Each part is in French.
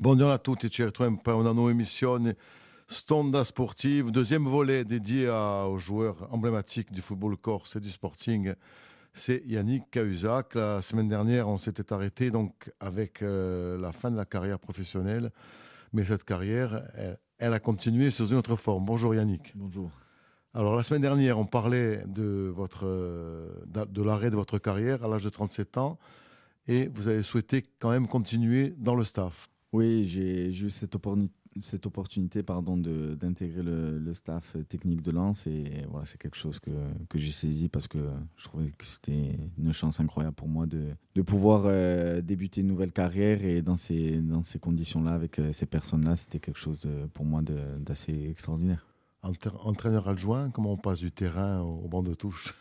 Buongiorno a tutti, ci ritroviamo per una nuova emissione Stonda Sportive, deuxième volet dédié aux joueurs emblématiques du football corse et du Sporting. C'est Yannick Cahuzac. La semaine dernière, on s'était arrêté donc avec la fin de la carrière professionnelle, mais cette carrière, elle a continué sous une autre forme. Bonjour Yannick. Bonjour. Alors la semaine dernière, on parlait de l'arrêt de votre carrière à l'âge de 37 ans et vous avez souhaité quand même continuer dans le staff. Oui, j'ai eu cette opportunité d'intégrer le staff technique de Lens et voilà, c'est quelque chose que j'ai saisi parce que je trouvais que c'était une chance incroyable pour moi de pouvoir débuter une nouvelle carrière et dans ces conditions-là, avec ces personnes-là, c'était quelque chose pour moi d'assez extraordinaire. Entraîneur adjoint, comment on passe du terrain au banc de touche?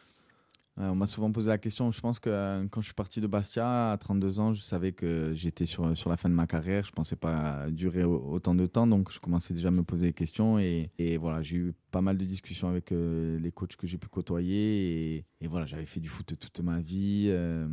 On m'a souvent posé la question. Je pense que quand je suis parti de Bastia à 32 ans, je savais que j'étais sur la fin de ma carrière. Je ne pensais pas durer autant de temps, donc je commençais déjà à me poser des questions. Et voilà, j'ai eu pas mal de discussions avec les coachs que j'ai pu côtoyer. Et voilà, j'avais fait du foot toute ma vie.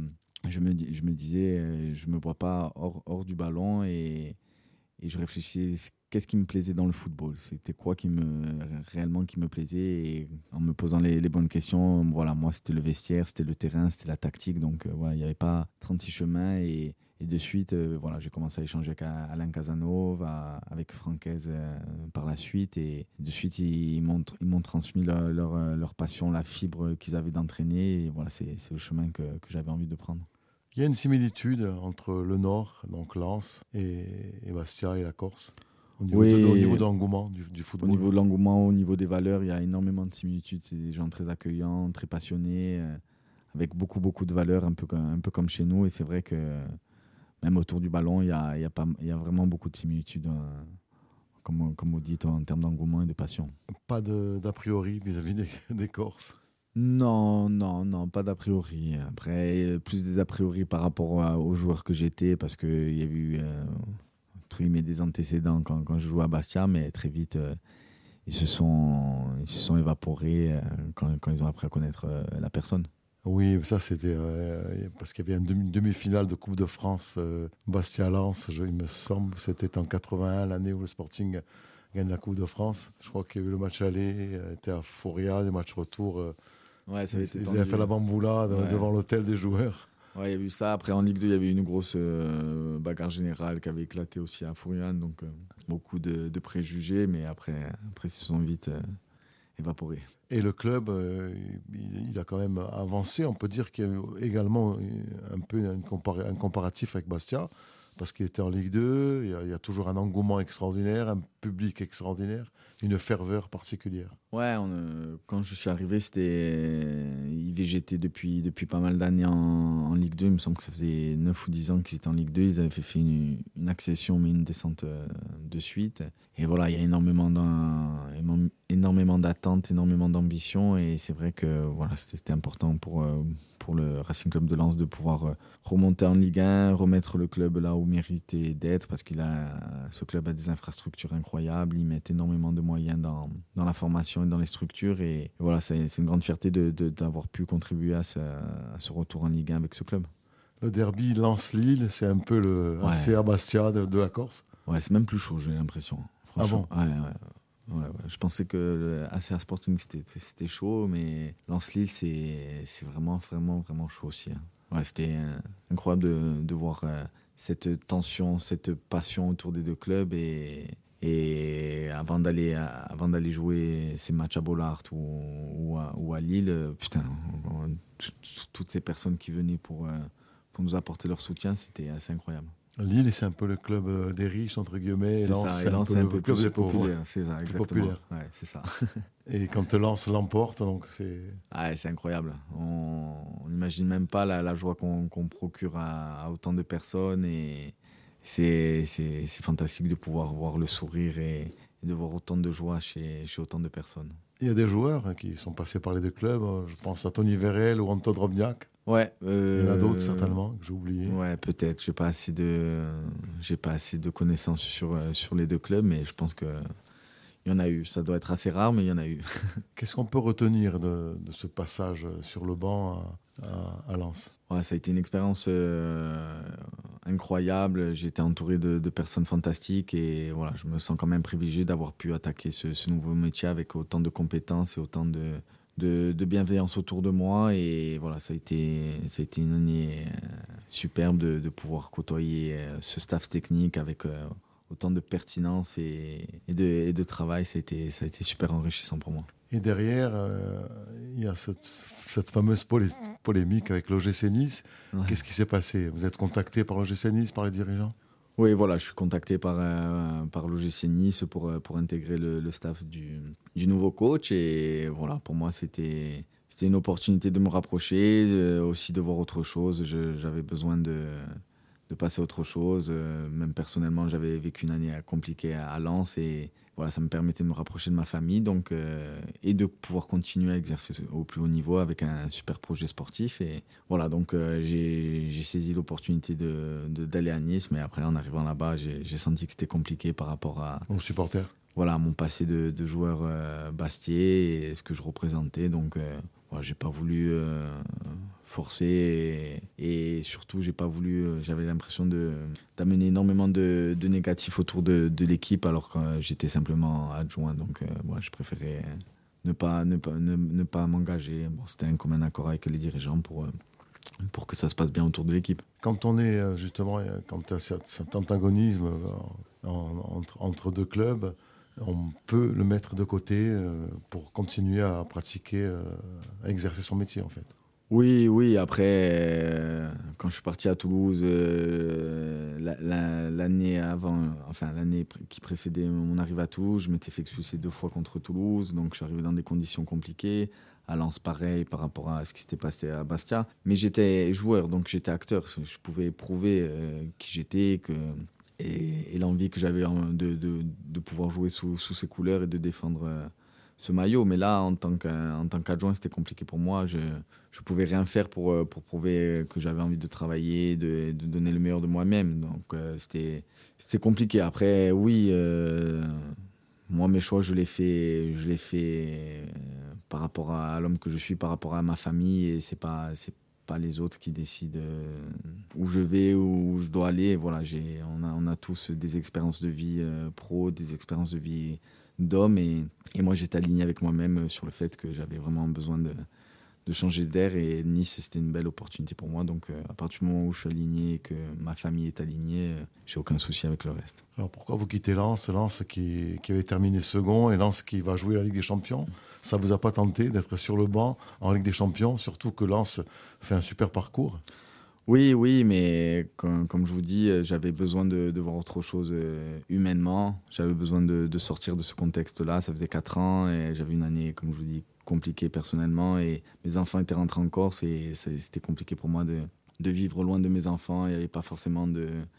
Je me disais, je ne me vois pas hors du ballon. Et je réfléchissais, qu'est-ce qui me plaisait dans le football? C'était quoi réellement qui me plaisait? Et en me posant les bonnes questions, voilà, moi, c'était le vestiaire, c'était le terrain, c'était la tactique. Donc, voilà, il n'y avait pas 36 chemins. Et de suite, voilà, j'ai commencé à échanger avec Alain Casanova, avec Francaise par la suite. Et de suite, ils m'ont transmis leur passion, la fibre qu'ils avaient d'entraîner. Et voilà, c'est le chemin que j'avais envie de prendre. Il y a une similitude entre le Nord, donc Lens, et Bastia et la Corse, au niveau de l'engouement du football. Au niveau de l'engouement, au niveau des valeurs, il y a énormément de similitudes. C'est des gens très accueillants, très passionnés, avec beaucoup, beaucoup de valeurs, un peu comme chez nous. Et c'est vrai que même autour du ballon, il y a vraiment beaucoup de similitudes, comme vous dites, en termes d'engouement et de passion. Pas d'a priori vis-à-vis des Corses? Non, pas d'a priori. Après, plus des a priori par rapport aux joueurs que j'étais, parce qu'il y a eu des antécédents quand je jouais à Bastia, mais très vite, ils se sont évaporés quand ils ont appris à connaître la personne. Oui, ça c'était parce qu'il y avait une demi-finale de Coupe de France, Bastia-Lens, il me semble, c'était en 81, l'année où le Sporting gagne la Coupe de France. Je crois qu'il y a eu le match aller, était à Foria, le match retour. Ouais, ça avait été ils avaient fait la bamboula devant l'hôtel des joueurs. Ouais, il y a eu ça. Après, en Ligue 2, il y avait une grosse bagarre générale qui avait éclaté aussi à Fourian. Donc, beaucoup de préjugés, mais après ils se sont vite évaporés. Et le club, il a quand même avancé. On peut dire qu'il y a eu également un peu un comparatif avec Bastia, parce qu'il était en Ligue 2. Il y a toujours un engouement extraordinaire, un public extraordinaire, une ferveur particulière. Ouais, quand je suis arrivé, ils végétaient depuis pas mal d'années en Ligue 2. Il me semble que ça faisait 9 ou 10 ans qu'ils étaient en Ligue 2. Ils avaient fait une accession, mais une descente de suite. Et voilà, il y a énormément d'attentes, énormément d'ambition. Et c'est vrai que voilà, c'était important pour le Racing Club de Lens de pouvoir remonter en Ligue 1, remettre le club là où il méritait d'être, parce ce club a des infrastructures incroyables, ils mettent énormément de moyens dans la formation et dans les structures, et voilà, c'est une grande fierté d'avoir pu contribuer à ce retour en Ligue 1 avec ce club. Le derby Lens-Lille, c'est un peu le RCA Bastia de la Corse. Ouais, c'est même plus chaud, j'ai l'impression. Franchement. Ah bon? Ouais. Je pensais que le ACA Sporting c'était chaud, mais Lens-Lille c'est vraiment, vraiment, vraiment chaud aussi. Ouais, c'était incroyable de voir cette tension, cette passion autour des deux clubs, et avant d'aller jouer ces matchs à Bollaert ou à Lille, putain, toutes ces personnes qui venaient pour nous apporter leur soutien, c'était assez incroyable. Lille, c'est un peu le club des riches, entre guillemets. C'est ça, et Lens, c'est un peu plus populaire. C'est ça, exactement. Populaire. Ouais, c'est ça. Et quand Lens l'emporte, donc c'est... Ah, c'est incroyable. On n'imagine même pas la joie qu'on procure à autant de personnes. Et c'est fantastique de pouvoir voir le sourire et de voir autant de joie chez autant de personnes. Il y a des joueurs qui sont passés par les deux clubs. Je pense à Tony Vérel ou Anton Drobniak. Ouais, il y en a d'autres certainement que j'ai oublié. Ouais, peut-être. J'ai pas assez de connaissances sur les deux clubs, mais je pense que il y en a eu. Ça doit être assez rare, mais il y en a eu. Qu'est-ce qu'on peut retenir de ce passage sur le banc à Lens? Ouais, ça a été une expérience incroyable. J'étais entouré de personnes fantastiques et voilà, je me sens quand même privilégié d'avoir pu attaquer ce nouveau métier avec autant de compétences et autant de bienveillance autour de moi. Et voilà, ça a été une année superbe de pouvoir côtoyer ce staff technique avec autant de pertinence et de travail. Ça a été super enrichissant pour moi. Et derrière, il y a cette fameuse polémique avec l'OGC Nice. Ouais. Qu'est-ce qui s'est passé? Vous êtes contacté par l'OGC Nice, par les dirigeants? Oui, voilà, je suis contacté par l'OGC Nice pour intégrer le staff du nouveau coach. Et voilà, pour moi, c'était une opportunité de me rapprocher, aussi de voir autre chose. J'avais besoin de passer à autre chose. Même personnellement, j'avais vécu une année compliquée à Lens et voilà, ça me permettait de me rapprocher de ma famille et de pouvoir continuer à exercer au plus haut niveau avec un super projet sportif. Et voilà, donc j'ai saisi l'opportunité d'aller à Nice, mais après, en arrivant là-bas, j'ai senti que c'était compliqué par rapport à mon supporter. Voilà, mon passé de joueur bastiais et ce que je représentais. Donc, voilà, j'ai pas voulu forcer et surtout, j'ai pas voulu. J'avais l'impression d'amener énormément de négatifs autour de l'équipe alors que j'étais simplement adjoint. Donc, voilà, je préférais ne pas m'engager. Bon, c'était un commun accord avec les dirigeants pour que ça se passe bien autour de l'équipe. Quand on est justement, quand tu as cet antagonisme entre deux clubs, on peut le mettre de côté pour continuer à pratiquer, à exercer son métier en fait. Oui. Après, quand je suis parti à Toulouse, l'année avant, enfin l'année qui précédait mon arrivée à Toulouse, je m'étais fait expulser 2 fois contre Toulouse, donc je suis arrivé dans des conditions compliquées. À Lens, pareil, par rapport à ce qui s'était passé à Bastia. Mais j'étais joueur, donc j'étais acteur. Je pouvais prouver qui j'étais, et l'envie que j'avais de pouvoir jouer sous ces couleurs et de défendre ce maillot. Mais là, en tant qu'adjoint, c'était compliqué pour moi. Je pouvais rien faire pour prouver que j'avais envie de travailler, de donner le meilleur de moi-même. Donc c'était compliqué. Après, oui, moi, mes choix, je les fais par rapport à l'homme que je suis, par rapport à ma famille, et c'est pas les autres qui décident où je vais, où je dois aller. Voilà, on a tous des expériences de vie pro, des expériences de vie d'homme, et moi j'étais aligné avec moi-même sur le fait que j'avais vraiment besoin de changer d'air, et Nice c'était une belle opportunité pour moi. Donc à partir du moment où je suis aligné et que ma famille est alignée, j'ai aucun souci avec le reste. Alors pourquoi vous quittez Lens qui avait terminé second, et Lens qui va jouer la Ligue des Champions? Ça vous a pas tenté d'être sur le banc en Ligue des Champions, surtout que Lens fait un super parcours? Oui, mais comme je vous dis, j'avais besoin de voir autre chose humainement. J'avais besoin de sortir de ce contexte-là. Ça faisait 4 ans et j'avais une année, comme je vous dis, compliquée personnellement. Et mes enfants étaient rentrés en Corse et c'était compliqué pour moi de vivre loin de mes enfants. Il n'y avait pas forcément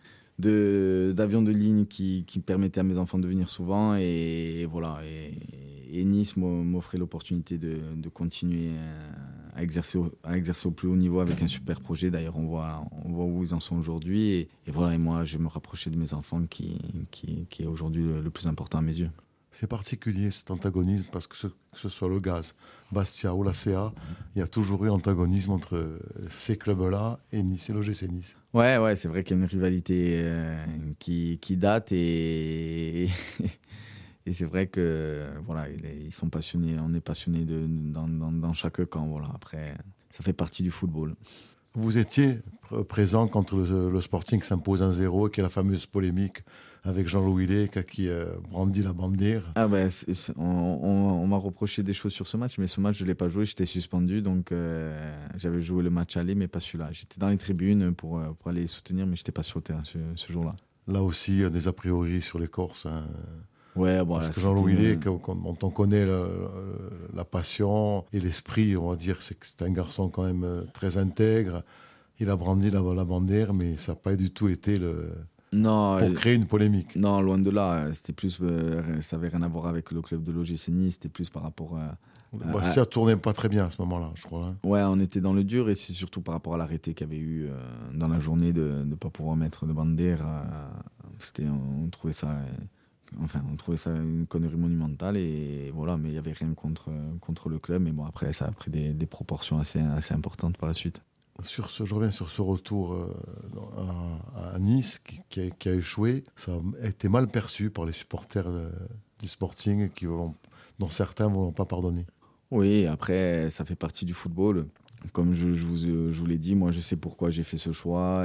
d'avion de ligne qui permettait à mes enfants de venir souvent. Et voilà. Et Nice m'offrait l'opportunité de continuer à exercer au plus haut niveau avec un super projet. D'ailleurs, on voit où ils en sont aujourd'hui. Et voilà, et moi, je vais me rapprocher de mes enfants qui est aujourd'hui le plus important à mes yeux. C'est particulier cet antagonisme parce que ce soit le Gaz, Bastia ou la CA, il y a toujours eu antagonisme entre ces clubs-là et Nice et l'OGC Nice. Ouais, c'est vrai qu'il y a une rivalité qui date et c'est vrai que voilà, ils sont passionnés, on est passionnés dans chaque camp. Voilà. Après, ça fait partie du football. Vous étiez présent quand le Sporting s'impose 1-0 et qu'il y a la fameuse polémique avec Jean-Louis Lec qui brandit la bandière. Ah ben, on m'a reproché des choses sur ce match, mais ce match je ne l'ai pas joué, j'étais suspendu, donc j'avais joué le match aller, mais pas celui-là. J'étais dans les tribunes pour aller les soutenir, mais je n'étais pas sur le terrain ce jour-là. Là aussi, des a priori sur les Corses. Hein. Ouais, bon, parce que Jean-Louis Lec, dont on connaît la passion et l'esprit, on va dire, c'est que c'est un garçon quand même très intègre. Il a brandi la bandière, mais ça n'a pas du tout été pour créer une polémique. Non, loin de là. C'était plus, ça n'avait rien à voir avec le club de l'OGC Nice. C'était plus par rapport à... Bastia tournait pas très bien à ce moment-là, je crois. Hein. Ouais, on était dans le dur, et c'est surtout par rapport à l'arrêté qu'il y avait eu dans la journée de ne pas pouvoir mettre de bandière. On trouvait ça... on trouvait ça une connerie monumentale, et voilà, mais il n'y avait rien contre le club. Mais bon, après, ça a pris des proportions assez importantes par la suite. Je reviens sur ce retour à Nice qui a échoué. Ça a été mal perçu par les supporters du Sporting dont certains ne vont pas pardonner. Oui, après, ça fait partie du football. Comme je vous l'ai dit, moi, je sais pourquoi j'ai fait ce choix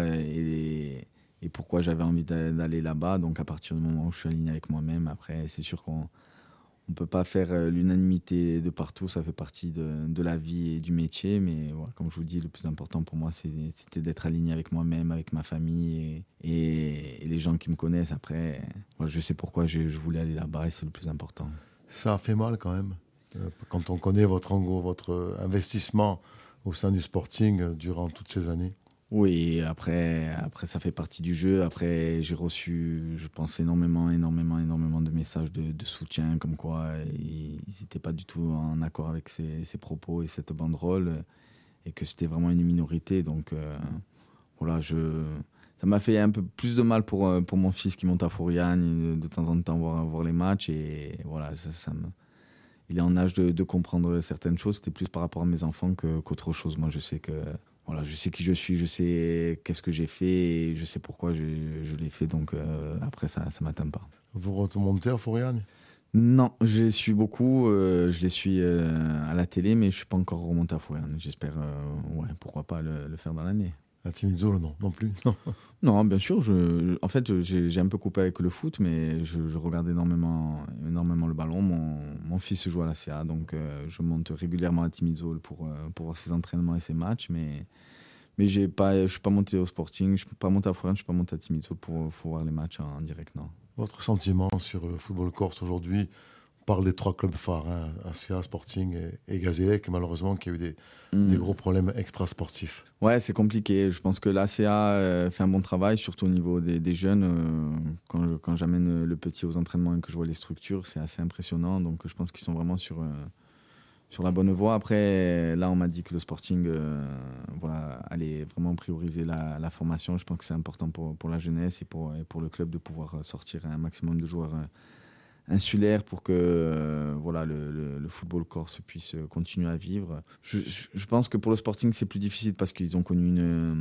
et pourquoi j'avais envie d'aller là-bas. Donc, à partir du moment où je suis aligné avec moi-même, après, c'est sûr qu'on ne peut pas faire l'unanimité de partout. Ça fait partie de la vie et du métier. Mais voilà, comme je vous dis, le plus important pour moi, c'était d'être aligné avec moi-même, avec ma famille et les gens qui me connaissent. Après, voilà, je sais pourquoi je voulais aller là-bas et c'est le plus important. Ça a fait mal quand même. Quand on connaît votre investissement au sein du Sporting durant toutes ces années. Oui, après, ça fait partie du jeu. Après, j'ai reçu, je pense, énormément de messages de soutien, comme quoi ils n'étaient pas du tout en accord avec ces propos et cette banderole, et que c'était vraiment une minorité. Donc, voilà, ça m'a fait un peu plus de mal pour mon fils qui monte à Fouriane, de temps en temps voir les matchs. Et voilà, il est en âge de comprendre certaines choses. C'était plus par rapport à mes enfants qu'autre chose. Moi, je sais qui je suis, je sais qu'est-ce que j'ai fait et je sais pourquoi je l'ai fait. Donc après, ça ne m'atteint pas. Vous remontez à Fouriane? Non, je les suis beaucoup. Je les suis à la télé, mais je ne suis pas encore remonté à Fouriane. J'espère, pourquoi pas le faire dans l'année. À Timizolo, non plus. Non, bien sûr. En fait, j'ai un peu coupé avec le foot, mais je regarde énormément le ballon. Mon fils joue à la CA, donc je monte régulièrement à Timizolo pour voir ses entraînements et ses matchs. Mais je ne suis pas monté au Sporting, je ne suis pas monté à Fouriane, je ne suis pas monté à Timizolo pour voir les matchs en direct, non. Votre sentiment sur le football corse aujourd'hui? On parle des 3 clubs phares, ACA, Sporting et Gazélec, malheureusement, qui a eu des gros problèmes extrasportifs. Ouais, c'est compliqué. Je pense que l'ACA fait un bon travail, surtout au niveau des jeunes. Quand j'amène le petit aux entraînements et que je vois les structures, c'est assez impressionnant. Donc je pense qu'ils sont vraiment sur la bonne voie. Après, là, on m'a dit que le Sporting allait vraiment prioriser la formation. Je pense que c'est important pour la jeunesse et pour le club de pouvoir sortir un maximum de joueurs insulaires pour que le football corse puisse continuer à vivre. Je pense que pour le Sporting, c'est plus difficile parce qu'ils ont connu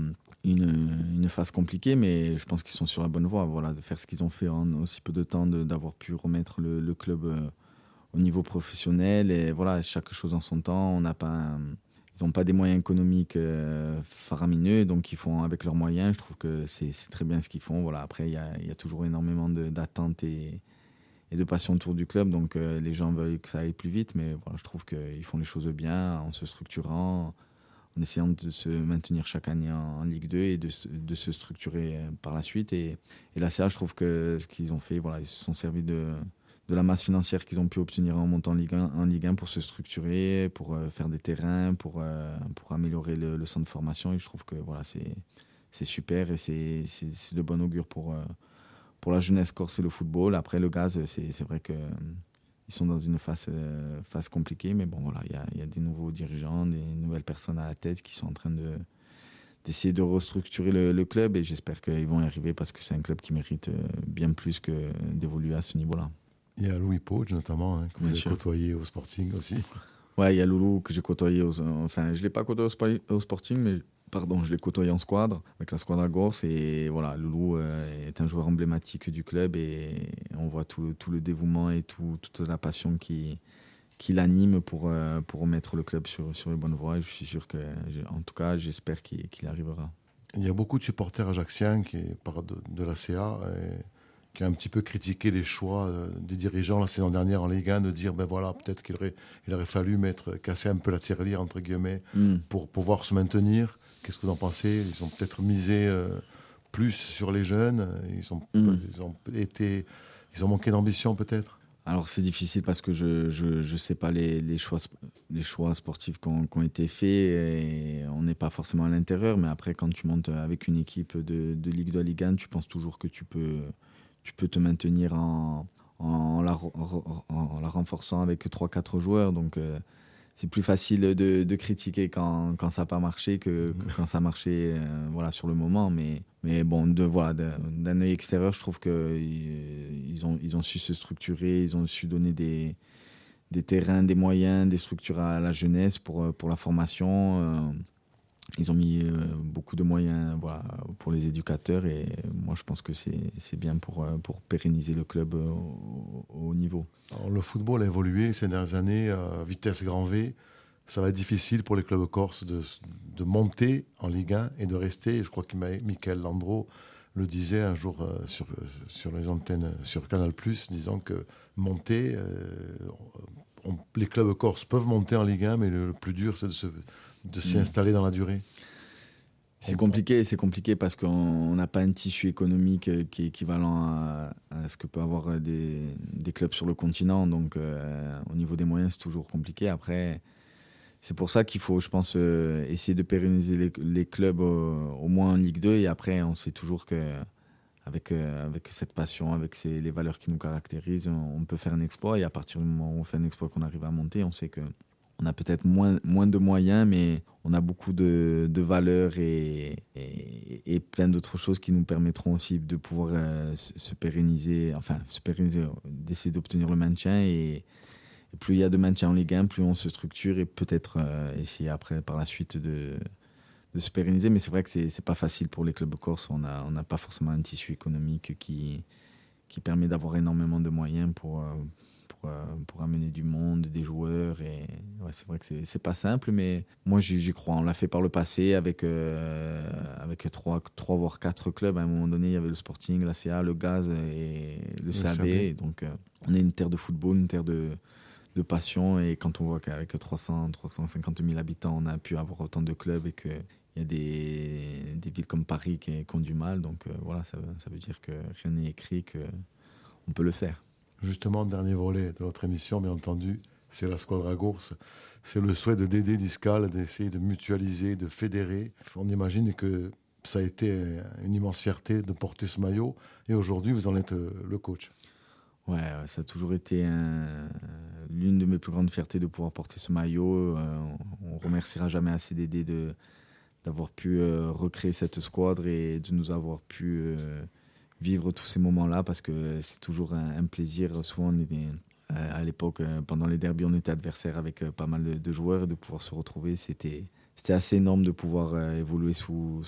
une phase compliquée, mais je pense qu'ils sont sur la bonne voie, de faire ce qu'ils ont fait en aussi peu de temps, d'avoir pu remettre le club au niveau professionnel. Et voilà, chaque chose en son temps. Ils n'ont pas des moyens économiques faramineux, donc ils font avec leurs moyens. Je trouve que c'est très bien ce qu'ils font. Voilà. Après, il y a toujours énormément d'attentes et de passion autour du club, donc les gens veulent que ça aille plus vite, mais voilà, je trouve qu'ils font les choses bien, en se structurant, en essayant de se maintenir chaque année en Ligue 2 et de se structurer par la suite. Et la CA, je trouve que ce qu'ils ont fait, ils se sont servis de la masse financière qu'ils ont pu obtenir en montant en Ligue 1 pour se structurer, pour faire des terrains, pour améliorer le centre de formation. Et je trouve que c'est super et c'est de bon augure pour la jeunesse corse et le football. Après, le Gaz, c'est vrai qu'ils sont dans une phase compliquée, mais bon, voilà, il y a des nouveaux dirigeants, des nouvelles personnes à la tête qui sont en train d'essayer de restructurer le club, et j'espère qu'ils vont y arriver parce que c'est un club qui mérite bien plus que d'évoluer à ce niveau-là. Il y a Louis Poge, notamment, que vous avez côtoyé au Sporting aussi. Ouais, il y a Loulou que j'ai côtoyé, je ne l'ai pas côtoyé au Sporting, mais je l'ai côtoyé en squadre, avec la squadra Gorse. Et voilà, Loulou est un joueur emblématique du club et on voit tout le dévouement et toute la passion qui l'anime pour remettre le club sur les bonnes voies. Et je suis sûr en tout cas, j'espère qu'il arrivera. Il y a beaucoup de supporters ajacciens qui partent de la CA et qui a un petit peu critiqué les choix des dirigeants la saison dernière en Ligue 1, de dire peut-être qu'il aurait fallu casser un peu la tirelire, entre guillemets, pour pouvoir se maintenir. Qu'est-ce que vous en pensez? Ils ont peut-être misé plus sur les jeunes, ils ont manqué d'ambition peut-être. Alors c'est difficile parce que je sais pas les choix sportifs qui ont été faits, et on n'est pas forcément à l'intérieur, mais après quand tu montes avec une équipe de Ligue 2 à Ligue 1, tu penses toujours que tu peux te maintenir en la renforçant avec 3-4 joueurs. Donc, c'est plus facile de critiquer quand ça n'a pas marché que quand ça a marché sur le moment. Mais bon, d'un œil extérieur, je trouve qu'ils ont su se structurer, ils ont su donner des terrains, des moyens, des structures à la jeunesse pour la formation. Ils ont mis beaucoup de moyens voilà, pour les éducateurs et moi je pense que c'est bien pour pérenniser le club au haut niveau. Alors, le football a évolué ces dernières années à vitesse grand V. Ça va être difficile pour les clubs corses de monter en Ligue 1 et de rester. Je crois que Michael Landreau le disait un jour sur les antennes, sur Canal+, disant que monter, les clubs corses peuvent monter en Ligue 1, mais le plus dur, c'est de s'y installer dans la durée. C'est compliqué parce qu'on n'a pas un tissu économique qui est équivalent à ce que peut avoir des clubs sur le continent. Donc, au niveau des moyens, c'est toujours compliqué. Après, c'est pour ça qu'il faut, je pense, essayer de pérenniser les clubs au moins en Ligue 2. Et après, on sait toujours qu'avec avec cette passion, avec les valeurs qui nous caractérisent, on peut faire un exploit. Et à partir du moment où on fait un exploit, qu'on arrive à monter, on sait que on a peut-être moins de moyens, mais on a beaucoup de valeurs et plein d'autres choses qui nous permettront aussi de pouvoir se pérenniser, d'essayer d'obtenir le maintien. Et plus il y a de maintien en Ligue 1, plus on se structure et peut-être essayer après, par la suite, de se pérenniser. Mais c'est vrai que c'est pas facile pour les clubs corses. On n'a pas forcément un tissu économique qui permet d'avoir énormément de moyens pour amener du monde, des joueurs. Et ouais, c'est vrai que c'est pas simple, mais moi j'y crois. On l'a fait par le passé avec 3 voire 4 clubs. À un moment donné, il y avait le Sporting, la CA, le Gaz et le CAB. Et donc on est une terre de football, une terre de passion. Et quand on voit qu'avec 350 000 habitants, on a pu avoir autant de clubs et qu'il y a des villes comme Paris qui ont du mal. Donc voilà, ça veut dire que rien n'est écrit, qu'on peut le faire. Justement, dernier volet de notre émission, bien entendu, c'est la Squadra Gourse. C'est le souhait de Dédé Discal d'essayer de mutualiser, de fédérer. On imagine que ça a été une immense fierté de porter ce maillot. Et aujourd'hui, vous en êtes le coach. Ouais, ça a toujours été l'une de mes plus grandes fiertés de pouvoir porter ce maillot. On remerciera jamais assez Dédé d'avoir pu recréer cette squadre et de nous avoir pu vivre tous ces moments-là, parce que c'est toujours un plaisir. Souvent, à l'époque, pendant les derbies, on était adversaires avec pas mal de joueurs, et de pouvoir se retrouver, c'était assez énorme de pouvoir évoluer sous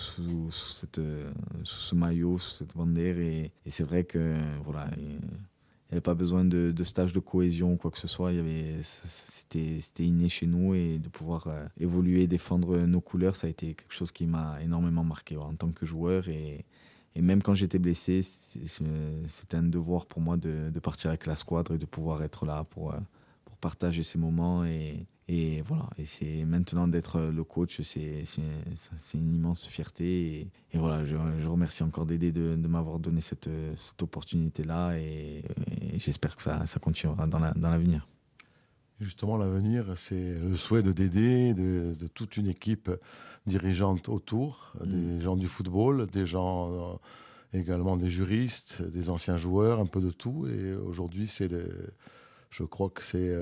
ce maillot, sous cette bannière. Et c'est vrai que voilà, il n'y avait pas besoin de stage de cohésion ou quoi que ce soit. C'était inné chez nous, et de pouvoir évoluer, défendre nos couleurs, ça a été quelque chose qui m'a énormément marqué en tant que joueur. Et même quand j'étais blessé, c'était un devoir pour moi de partir avec la squadre et de pouvoir être là pour partager ces moments. Et voilà. Et c'est maintenant d'être le coach, c'est une immense fierté. Et voilà, je remercie encore Dédé de m'avoir donné cette opportunité-là. Et j'espère que ça continuera dans l'avenir. Justement, l'avenir, c'est le souhait de Dédé, de toute une équipe dirigeante autour, des gens du football, des gens également des juristes, des anciens joueurs, un peu de tout. Et aujourd'hui, je crois que c'est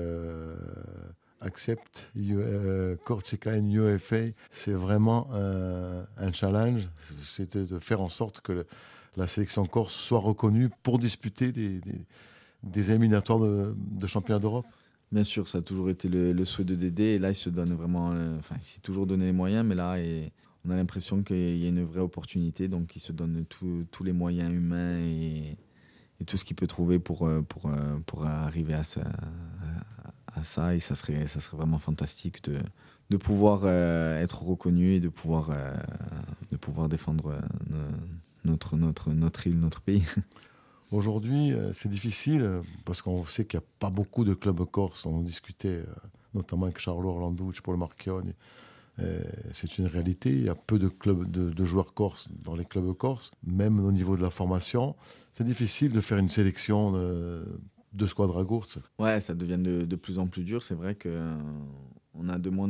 Accept Corsica and UFA. C'est vraiment un challenge. C'est de faire en sorte que la sélection corse soit reconnue pour disputer des éliminatoires de championnat d'Europe. Bien sûr, ça a toujours été le souhait de Dédé. Et là, il se donne vraiment. Il s'est toujours donné les moyens, mais là, on a l'impression qu'il y a une vraie opportunité. Donc, il se donne tous les moyens humains et tout ce qu'il peut trouver pour arriver à ça. Et ça serait vraiment fantastique de pouvoir être reconnu et de pouvoir défendre notre île, notre pays. Aujourd'hui, c'est difficile parce qu'on sait qu'il n'y a pas beaucoup de clubs corses. On en discutait notamment avec Charlo Orlandouch pour le Marchione. C'est une réalité. Il y a peu de clubs de joueurs corses dans les clubs corses, même au niveau de la formation. C'est difficile de faire une sélection de Squadra Gourse. Ouais, ça devient de plus en plus dur. C'est vrai qu'on a de moins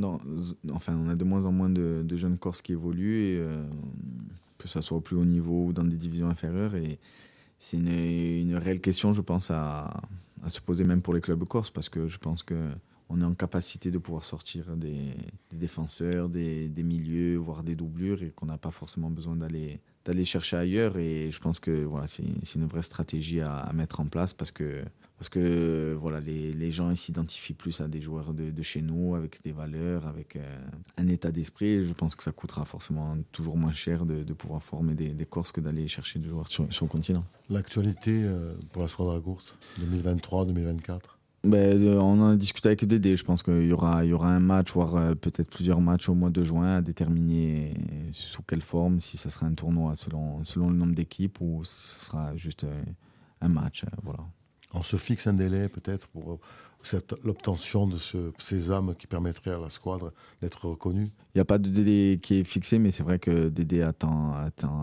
en moins de jeunes corses qui évoluent, que ce soit au plus haut niveau ou dans des divisions inférieures. Et c'est une réelle question, je pense, à se poser même pour les clubs corses, parce que je pense qu'on est en capacité de pouvoir sortir des défenseurs, des milieux, voire des doublures, et qu'on n'a pas forcément besoin d'aller chercher ailleurs. Et je pense que voilà, c'est une vraie stratégie à mettre en place, parce que Parce que voilà, les gens ils s'identifient plus à des joueurs de chez nous, avec des valeurs, avec un état d'esprit. Et je pense que ça coûtera forcément toujours moins cher de pouvoir former des Corses que d'aller chercher des joueurs sur le continent. L'actualité pour la Squadra Course 2023-2024? On en a discuté avec Dédé. Je pense qu'il y aura un match, voire peut-être plusieurs matchs au mois de juin à déterminer sous quelle forme, si ça sera un tournoi selon le nombre d'équipes ou si ce sera juste un match. Voilà. On se fixe un délai peut-être pour l'obtention de ce sésame qui permettrait à la Squadre d'être reconnue? Il n'y a pas de délai qui est fixé, mais c'est vrai que Dédé attend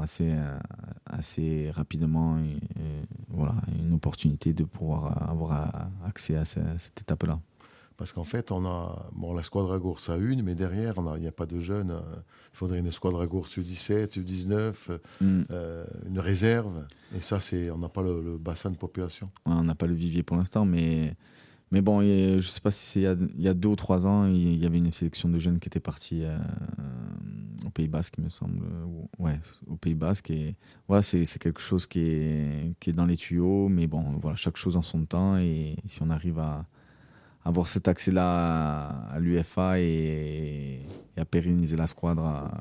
assez rapidement voilà, une opportunité de pouvoir avoir accès à cette étape-là. Parce qu'en fait, la Squadra Course a une, mais derrière, il n'y a pas de jeunes. Il faudrait une Squadra Course U17, U19, une réserve. Et ça, on n'a pas le bassin de population. On n'a pas le vivier pour l'instant, mais bon, je ne sais pas si c'est il y a 2 ou 3 ans, il y avait une sélection de jeunes qui étaient partis au Pays Basque, il me semble. Ouais, au Pays Basque. Et voilà, c'est quelque chose qui est dans les tuyaux, mais bon, voilà, chaque chose en son temps. Et si on arrive à avoir cet accès-là à l'UFA et à pérenniser la Squadra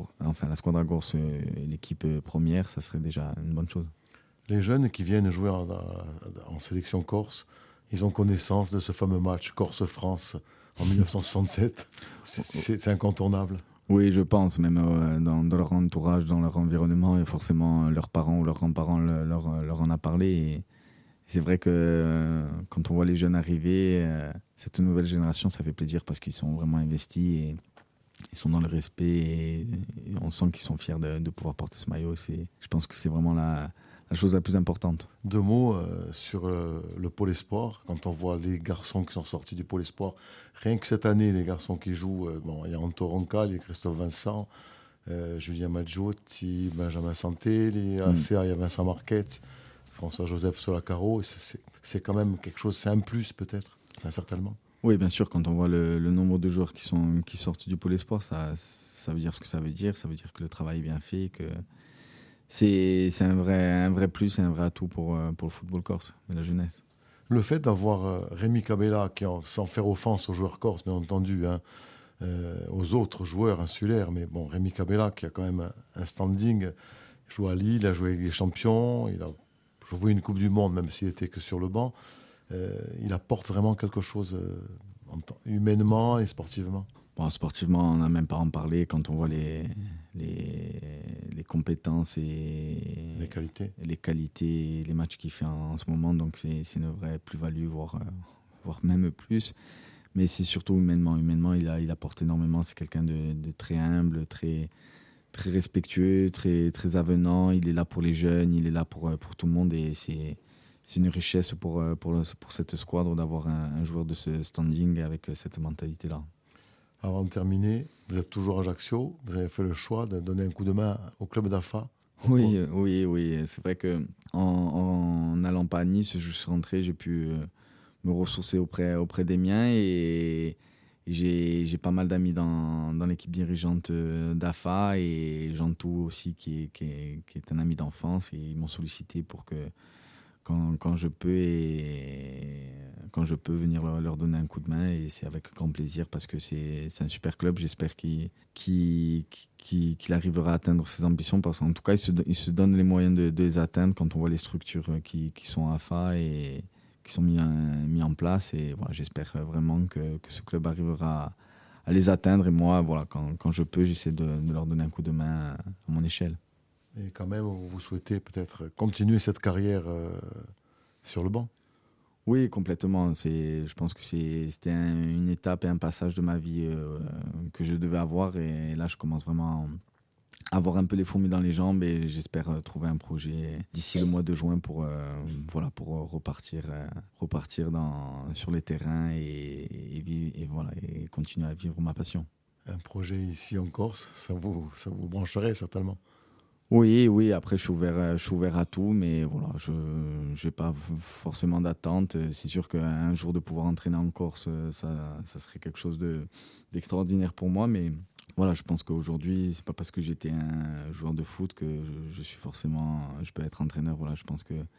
Corse, l'équipe première, ça serait déjà une bonne chose. Les jeunes qui viennent jouer en sélection corse, ils ont connaissance de ce fameux match Corse-France en 1967. C'est incontournable. Oui, je pense, même dans leur entourage, dans leur environnement, et forcément leurs parents ou leurs grands-parents leur en a parlé. Et c'est vrai que quand on voit les jeunes arriver, cette nouvelle génération, ça fait plaisir parce qu'ils sont vraiment investis et ils sont dans le respect et on sent qu'ils sont fiers de pouvoir porter ce maillot. Je pense que c'est vraiment la chose la plus importante. 2 mots sur le pôle espoir. Quand on voit les garçons qui sont sortis du pôle espoir, rien que cette année, les garçons qui jouent, il y a Anto Roncal, il y a Christophe Vincent, Julien Maggiotti, Benjamin Santé, les ACA, il y a Vincent Marquette, François-Joseph Solacaro. C'est quand même quelque chose, c'est un plus peut-être, enfin, certainement. Oui, bien sûr, quand on voit le nombre de joueurs qui sortent du pôle espoir, ça veut dire ce que ça veut dire. Ça veut dire que le travail est bien fait, que c'est un vrai plus et un vrai atout pour le football corse et la jeunesse. Le fait d'avoir Rémi Cabella, sans faire offense aux joueurs corses, bien entendu, aux autres joueurs insulaires, mais bon, Rémi Cabella qui a quand même un standing, il joue à Lille, il a joué avec les champions, il a joué une Coupe du Monde, même s'il n'était que sur le banc. Il apporte vraiment quelque chose humainement et sportivement. Bon, sportivement, on n'a même pas à en parler quand on voit les compétences et les qualités, les matchs qu'il fait en ce moment. Donc c'est une vraie plus-value, voire même plus. Mais c'est surtout humainement. Humainement, il apporte énormément. C'est quelqu'un de très humble, très respectueux, très avenant. Il est là pour les jeunes, il est là pour tout le monde. Et c'est une richesse pour cette squadre d'avoir un joueur de ce standing avec cette mentalité-là. Avant de terminer, vous êtes toujours à Ajaccio. Vous avez fait le choix de donner un coup de main au club d'AFA. Oui. C'est vrai qu'en n'allant pas à Nice, je suis rentré, j'ai pu me ressourcer auprès des miens et j'ai pas mal d'amis dans l'équipe dirigeante d'AFA et Jean-Tou aussi qui est un ami d'enfance et ils m'ont sollicité pour que quand je peux venir leur donner un coup de main et c'est avec grand plaisir parce que c'est un super club. J'espère qu'il arrivera à atteindre ses ambitions parce qu'en tout cas il se donne les moyens de les atteindre quand on voit les structures qui sont à AFA et qui sont mis en place et voilà, j'espère vraiment que ce club arrivera à les atteindre et moi voilà, quand je peux j'essaie de leur donner un coup de main à mon échelle. Et quand même, vous souhaitez peut-être continuer cette carrière sur le banc? Oui, complètement. Je pense que c'était une étape et un passage de ma vie que je devais avoir. Et là, je commence vraiment à avoir un peu les fourmis dans les jambes et j'espère trouver un projet d'ici le mois de juin pour repartir sur les terrains et continuer à vivre ma passion. Un projet ici en Corse, ça vous brancherait certainement? Oui, après je suis ouvert à tout, mais voilà, je n'ai pas forcément d'attente. C'est sûr qu'un jour de pouvoir entraîner en Corse, ça serait quelque chose d'extraordinaire pour moi, mais voilà, je pense qu'aujourd'hui, c'est pas parce que j'étais un joueur de foot que je peux être entraîneur. Voilà, je pense que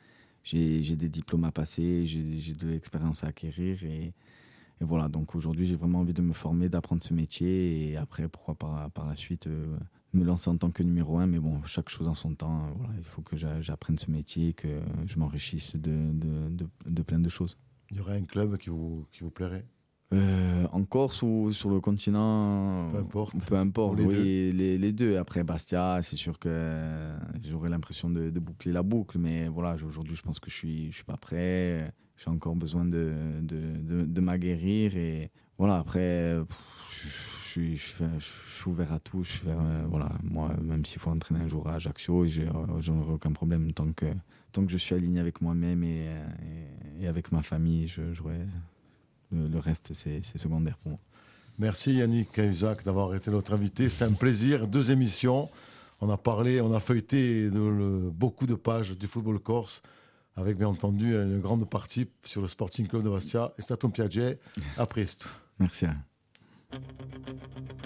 j'ai des diplômes à passer, j'ai de l'expérience à acquérir. Et voilà, donc aujourd'hui, j'ai vraiment envie de me former, d'apprendre ce métier. Et après, pourquoi pas par la suite me lancer en tant que numéro 1. Mais bon, chaque chose en son temps. Voilà, il faut que j'apprenne ce métier, que je m'enrichisse de plein de choses. Il y aurait un club qui vous plairait? En Corse ou sur le continent? Peu importe, oui, les deux. Après Bastia, c'est sûr que j'aurais l'impression de boucler la boucle, mais voilà, aujourd'hui, je pense que je suis pas prêt. J'ai encore besoin de m'aguerrir et voilà. Après, je suis ouvert à tout. Voilà, moi, même s'il faut entraîner un jour à Ajaccio, j'en aurai aucun problème tant que je suis aligné avec moi-même et avec ma famille. Le reste, c'est secondaire pour moi. Merci Yannick Cahuzac d'avoir été notre invité. C'était un plaisir. 2 émissions. On a feuilleté beaucoup de pages du football corse, avec bien entendu une grande partie sur le Sporting Club de Bastia. Et Staton Piaget, à presto. Merci.